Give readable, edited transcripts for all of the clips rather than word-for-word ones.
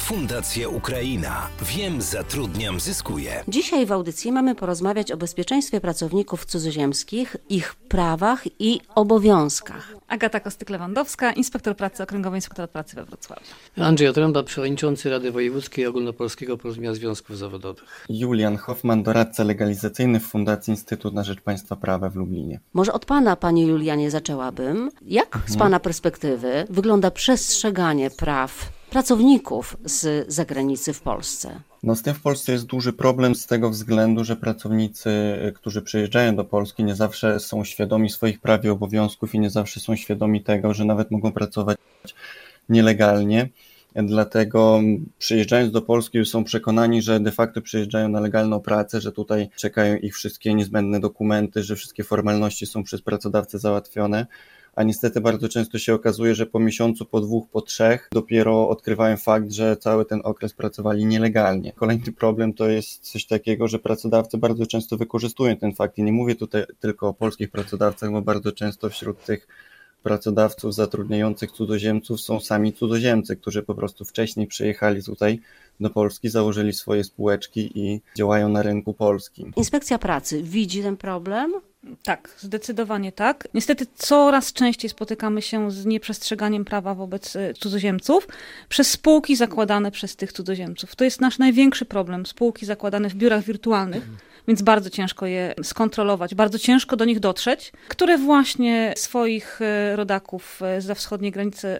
Fundacja Ukraina. Wiem, zatrudniam, zyskuję. Dzisiaj w audycji mamy porozmawiać o bezpieczeństwie pracowników cudzoziemskich, ich prawach i obowiązkach. Agata Kostyk-Lewandowska, inspektor pracy Okręgowy Inspektorat Pracy we Wrocławiu. Andrzej Otręba, przewodniczący Rady Wojewódzkiej Ogólnopolskiego Porozumienia Związków Zawodowych. Julian Hoffman, doradca legalizacyjny w Fundacji Instytut na Rzecz Państwa Prawa w Lublinie. Może od pana, panie Julianie, zaczęłabym. Jak z pana perspektywy wygląda przestrzeganie praw pracowników z zagranicy w Polsce? Z tym w Polsce jest duży problem z tego względu, że pracownicy, którzy przyjeżdżają do Polski, nie zawsze są świadomi swoich praw i obowiązków i nie zawsze są świadomi tego, że nawet mogą pracować nielegalnie. Dlatego przyjeżdżając do Polski już są przekonani, że de facto przyjeżdżają na legalną pracę, że tutaj czekają ich wszystkie niezbędne dokumenty, że wszystkie formalności są przez pracodawcę załatwione. A niestety bardzo często się okazuje, że po miesiącu, po 2, po 3 dopiero odkrywają fakt, że cały ten okres pracowali nielegalnie. Kolejny problem to jest coś takiego, że pracodawcy bardzo często wykorzystują ten fakt i nie mówię tutaj tylko o polskich pracodawcach, bo bardzo często wśród tych pracodawców zatrudniających cudzoziemców są sami cudzoziemcy, którzy po prostu wcześniej przyjechali tutaj do Polski, założyli swoje spółeczki i działają na rynku polskim. Inspekcja pracy widzi ten problem? Tak, zdecydowanie tak. Niestety coraz częściej spotykamy się z nieprzestrzeganiem prawa wobec cudzoziemców przez spółki zakładane przez tych cudzoziemców. To jest nasz największy problem. Spółki zakładane w biurach wirtualnych, więc bardzo ciężko je skontrolować, bardzo ciężko do nich dotrzeć, które właśnie swoich rodaków zza wschodniej granicy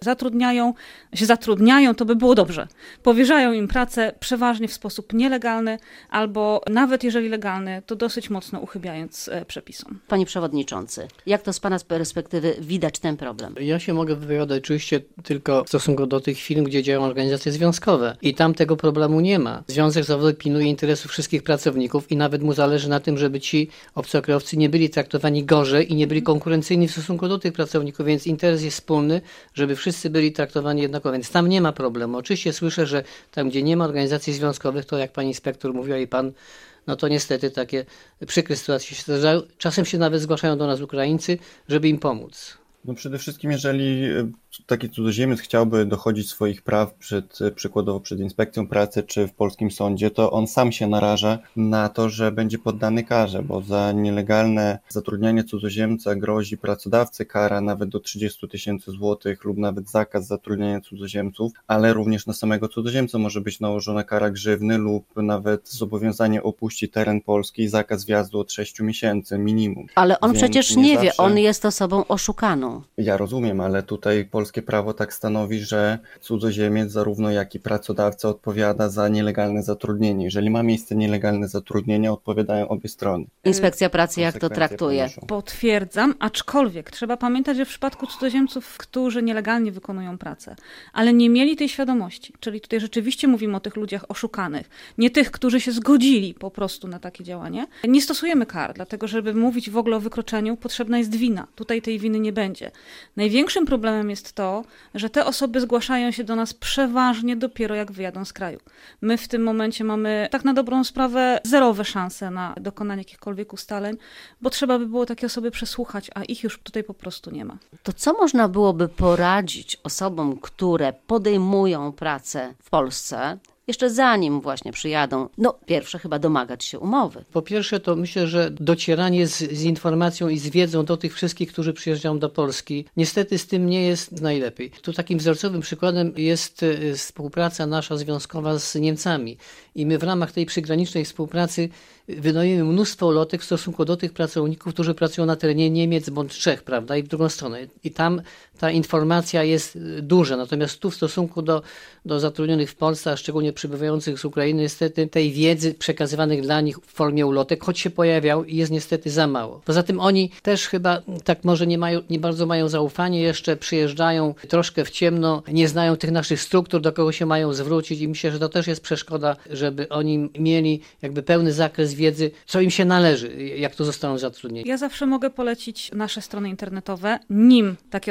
zatrudniają, to by było dobrze. Powierzają im pracę przeważnie w sposób nielegalny, albo nawet jeżeli legalny, to dosyć mocno uchybiając przepisom. Panie przewodniczący, jak to z pana perspektywy widać ten problem? Ja się mogę wypowiadać oczywiście tylko w stosunku do tych firm, gdzie działają organizacje związkowe i tam tego problemu nie ma. Związek zawodowy pilnuje interesów wszystkich pracowników i nawet mu zależy na tym, żeby ci obcokrajowcy nie byli traktowani gorzej i nie byli konkurencyjni w stosunku do tych pracowników, więc interes jest wspólny, żeby wszyscy byli traktowani jednakowo, więc tam nie ma problemu. Oczywiście słyszę, że tam, gdzie nie ma organizacji związkowych, to jak pani inspektor mówiła i pan, no to niestety takie przykre sytuacje się zdarzają. Czasem się nawet zgłaszają do nas Ukraińcy, żeby im pomóc. Przede wszystkim, jeżeli taki cudzoziemiec chciałby dochodzić swoich praw przykładowo przed inspekcją pracy czy w polskim sądzie, to on sam się naraża na to, że będzie poddany karze, bo za nielegalne zatrudnianie cudzoziemca grozi pracodawcy kara nawet do 30 000 złotych lub nawet zakaz zatrudniania cudzoziemców, ale również na samego cudzoziemca może być nałożona kara grzywny lub nawet zobowiązanie opuścić teren Polski i zakaz wjazdu od 6 miesięcy minimum. Ale on Więc przecież nie wie, on jest osobą oszukaną. Ja rozumiem, ale tutaj polskie prawo tak stanowi, że cudzoziemiec zarówno jak i pracodawca odpowiada za nielegalne zatrudnienie. Jeżeli ma miejsce nielegalne zatrudnienie, odpowiadają obie strony. Inspekcja pracy jak to traktuje? Ponoszą. Potwierdzam, aczkolwiek trzeba pamiętać, że w przypadku cudzoziemców, którzy nielegalnie wykonują pracę, ale nie mieli tej świadomości, czyli tutaj rzeczywiście mówimy o tych ludziach oszukanych, nie tych, którzy się zgodzili po prostu na takie działanie, nie stosujemy kar, dlatego żeby mówić w ogóle o wykroczeniu, potrzebna jest wina. Tutaj tej winy nie będzie. Największym problemem jest to, że te osoby zgłaszają się do nas przeważnie dopiero jak wyjadą z kraju. My w tym momencie mamy tak na dobrą sprawę zerowe szanse na dokonanie jakichkolwiek ustaleń, bo trzeba by było takie osoby przesłuchać, a ich już tutaj po prostu nie ma. To co można byłoby poradzić osobom, które podejmują pracę w Polsce, jeszcze zanim właśnie przyjadą? Pierwsze chyba domagać się umowy. Po pierwsze to myślę, że docieranie z informacją i z wiedzą do tych wszystkich, którzy przyjeżdżają do Polski, niestety z tym nie jest najlepiej. Tu takim wzorcowym przykładem jest współpraca nasza związkowa z Niemcami i my w ramach tej przygranicznej współpracy wynajmujemy mnóstwo ulotek w stosunku do tych pracowników, którzy pracują na terenie Niemiec bądź Czech, prawda, i w drugą stronę. I tam ta informacja jest duża, natomiast tu w stosunku do zatrudnionych w Polsce, a szczególnie przybywających z Ukrainy, niestety tej wiedzy przekazywanych dla nich w formie ulotek, choć się pojawiał, jest niestety za mało. Poza tym oni też chyba tak może nie bardzo mają zaufanie, jeszcze przyjeżdżają troszkę w ciemno, nie znają tych naszych struktur, do kogo się mają zwrócić i myślę, że to też jest przeszkoda, żeby oni mieli jakby pełny zakres wiedzy, co im się należy, jak to zostaną zatrudnieni. Ja zawsze mogę polecić nasze strony internetowe, nim takie osoby przyjadą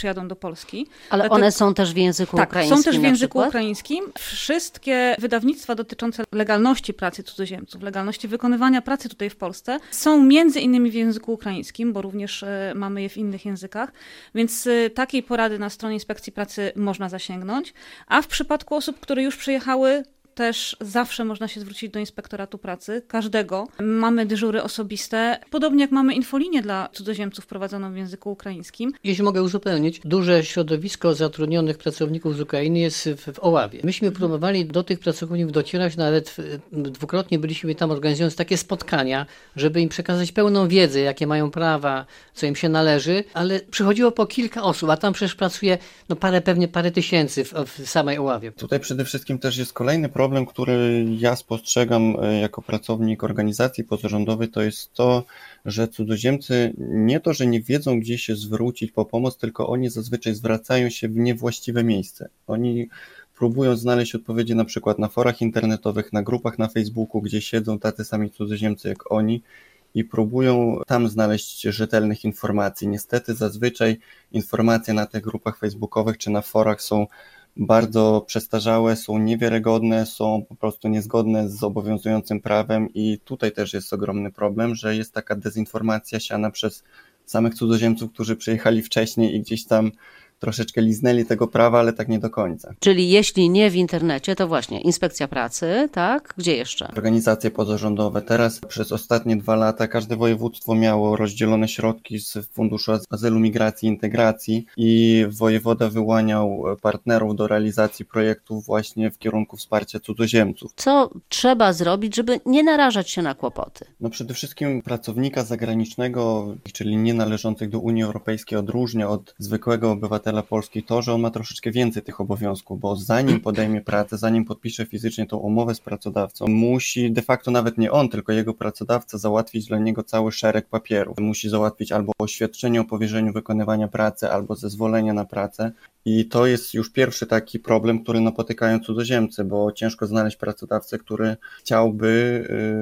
przyjadą do Polski. Ale one są też w języku tak, ukraińskim. Są też w języku przykład? ukraińskim. Wszystkie wydawnictwa dotyczące legalności pracy cudzoziemców, legalności wykonywania pracy tutaj w Polsce są między innymi w języku ukraińskim, bo również mamy je w innych językach, więc takiej porady na stronie Inspekcji Pracy można zasięgnąć. A w przypadku osób, które już przyjechały, też zawsze można się zwrócić do Inspektoratu Pracy, każdego. Mamy dyżury osobiste, podobnie jak mamy infolinię dla cudzoziemców prowadzoną w języku ukraińskim. Jeśli mogę uzupełnić, duże środowisko zatrudnionych pracowników z Ukrainy jest w Oławie. Myśmy próbowali do tych pracowników docierać, nawet dwukrotnie byliśmy tam organizując takie spotkania, żeby im przekazać pełną wiedzę, jakie mają prawa, co im się należy, ale przychodziło po kilka osób, a tam przecież pracuje pewnie parę tysięcy w samej Oławie. Tutaj przede wszystkim też jest kolejny problem, który ja spostrzegam jako pracownik organizacji pozarządowej, to jest to, że cudzoziemcy nie to, że nie wiedzą, gdzie się zwrócić po pomoc, tylko oni zazwyczaj zwracają się w niewłaściwe miejsce. Oni próbują znaleźć odpowiedzi na przykład na forach internetowych, na grupach na Facebooku, gdzie siedzą tacy sami cudzoziemcy jak oni i próbują tam znaleźć rzetelnych informacji. Niestety zazwyczaj informacje na tych grupach facebookowych czy na forach są bardzo przestarzałe, są niewiarygodne, są po prostu niezgodne z obowiązującym prawem i tutaj też jest ogromny problem, że jest taka dezinformacja siana przez samych cudzoziemców, którzy przyjechali wcześniej i gdzieś tam troszeczkę liznęli tego prawa, ale tak nie do końca. Czyli jeśli nie w internecie, to właśnie Inspekcja Pracy, tak? Gdzie jeszcze? Organizacje pozarządowe. Teraz przez ostatnie 2 lata każde województwo miało rozdzielone środki z Funduszu Azylu, Migracji i Integracji i wojewoda wyłaniał partnerów do realizacji projektów właśnie w kierunku wsparcia cudzoziemców. Co trzeba zrobić, żeby nie narażać się na kłopoty? No przede wszystkim pracownika zagranicznego, czyli nie należących do Unii Europejskiej, odróżnia od zwykłego obywatela Polski to, że on ma troszeczkę więcej tych obowiązków, bo zanim podejmie pracę, zanim podpisze fizycznie tą umowę z pracodawcą, musi de facto nawet nie on, tylko jego pracodawca załatwić dla niego cały szereg papierów. Musi załatwić albo oświadczenie o powierzeniu wykonywania pracy, albo zezwolenie na pracę. I to jest już pierwszy taki problem, który napotykają cudzoziemcy, bo ciężko znaleźć pracodawcę, który chciałby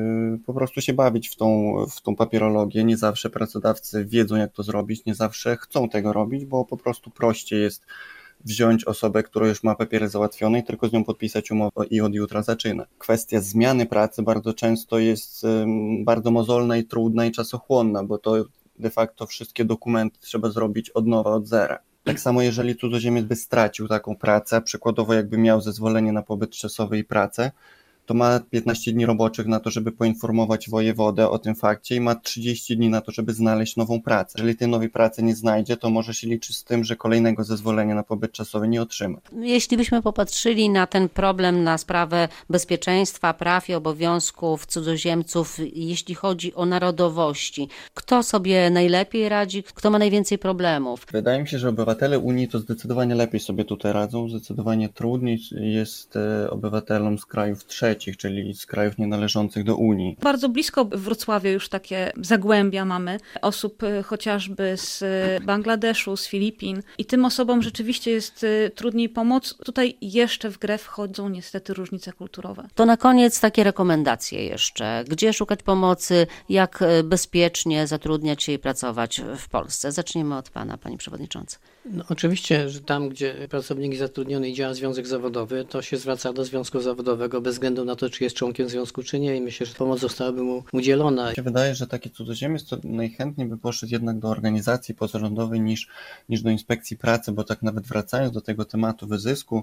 po prostu się bawić w tą papierologię. Nie zawsze pracodawcy wiedzą, jak to zrobić, nie zawsze chcą tego robić, bo po prostu prościej jest wziąć osobę, która już ma papiery załatwione i tylko z nią podpisać umowę i od jutra zaczyna. Kwestia zmiany pracy bardzo często jest bardzo mozolna i trudna i czasochłonna, bo to de facto wszystkie dokumenty trzeba zrobić od nowa, od zera. Tak samo jeżeli cudzoziemiec by stracił taką pracę, przykładowo jakby miał zezwolenie na pobyt czasowy i pracę, to ma 15 dni roboczych na to, żeby poinformować wojewodę o tym fakcie i ma 30 dni na to, żeby znaleźć nową pracę. Jeżeli tej nowej pracy nie znajdzie, to może się liczyć z tym, że kolejnego zezwolenia na pobyt czasowy nie otrzyma. Jeśli byśmy popatrzyli na ten problem, na sprawę bezpieczeństwa, praw i obowiązków cudzoziemców, jeśli chodzi o narodowości, kto sobie najlepiej radzi, kto ma najwięcej problemów? Wydaje mi się, że obywatele Unii to zdecydowanie lepiej sobie tutaj radzą, zdecydowanie trudniej jest obywatelom z krajów trzecich, czyli z krajów nienależących do Unii. Bardzo blisko Wrocławia już takie zagłębia mamy osób chociażby z Bangladeszu, z Filipin i tym osobom rzeczywiście jest trudniej pomóc. Tutaj jeszcze w grę wchodzą niestety różnice kulturowe. To na koniec takie rekomendacje jeszcze. Gdzie szukać pomocy, jak bezpiecznie zatrudniać się i pracować w Polsce? Zaczniemy od pana, panie przewodniczący. No, oczywiście, że tam, gdzie pracownik zatrudniony i działa związek zawodowy, to się zwraca do związku zawodowego bez względu na to, czy jest członkiem związku, czy nie i myślę, że pomoc zostałaby mu udzielona. Mi się wydaje, że taki cudzoziemiec to najchętniej by poszedł jednak do organizacji pozarządowej niż do inspekcji pracy, bo tak nawet wracając do tego tematu wyzysku,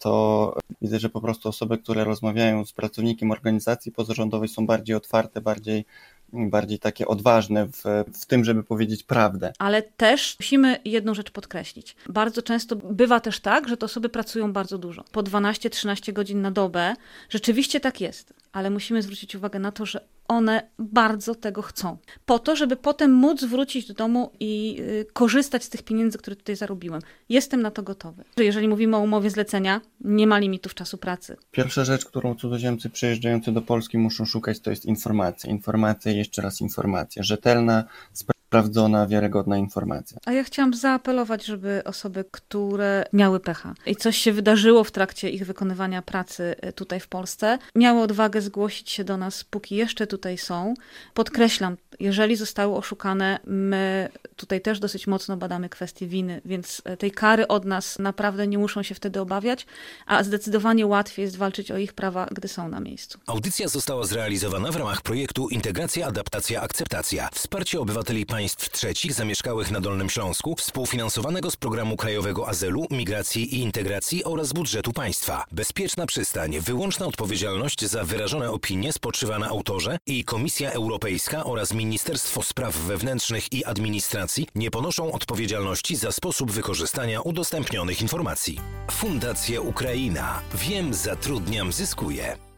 to widzę, że po prostu osoby, które rozmawiają z pracownikiem organizacji pozarządowej są bardziej otwarte, bardziej takie odważne w tym, żeby powiedzieć prawdę. Ale też musimy jedną rzecz podkreślić. Bardzo często bywa też tak, że te osoby pracują bardzo dużo. Po 12-13 godzin na dobę. Rzeczywiście tak jest. Ale musimy zwrócić uwagę na to, że one bardzo tego chcą. Po to, żeby potem móc wrócić do domu i korzystać z tych pieniędzy, które tutaj zarobiłem. Jestem na to gotowy. Jeżeli mówimy o umowie zlecenia, nie ma limitów czasu pracy. Pierwsza rzecz, którą cudzoziemcy przyjeżdżający do Polski muszą szukać, to jest informacja. Informacja i jeszcze raz informacja. Rzetelna, sprawdzona, wiarygodna informacja. A ja chciałam zaapelować, żeby osoby, które miały pecha i coś się wydarzyło w trakcie ich wykonywania pracy tutaj w Polsce, miały odwagę zgłosić się do nas, póki jeszcze tutaj są. Podkreślam, jeżeli zostały oszukane, my tutaj też dosyć mocno badamy kwestię winy, więc tej kary od nas naprawdę nie muszą się wtedy obawiać, a zdecydowanie łatwiej jest walczyć o ich prawa, gdy są na miejscu. Audycja została zrealizowana w ramach projektu Integracja, Adaptacja, Akceptacja. Wsparcie obywateli państw trzecich zamieszkałych na Dolnym Śląsku, współfinansowanego z Programu Krajowego Azylu, Migracji i Integracji oraz budżetu państwa. Bezpieczna przystań, wyłączna odpowiedzialność za wyrażone opinie spoczywa na autorze i Komisja Europejska oraz Ministerstwo Spraw Wewnętrznych i Administracji nie ponoszą odpowiedzialności za sposób wykorzystania udostępnionych informacji. Fundacja Ukraina. Wiem, zatrudniam, zyskuję.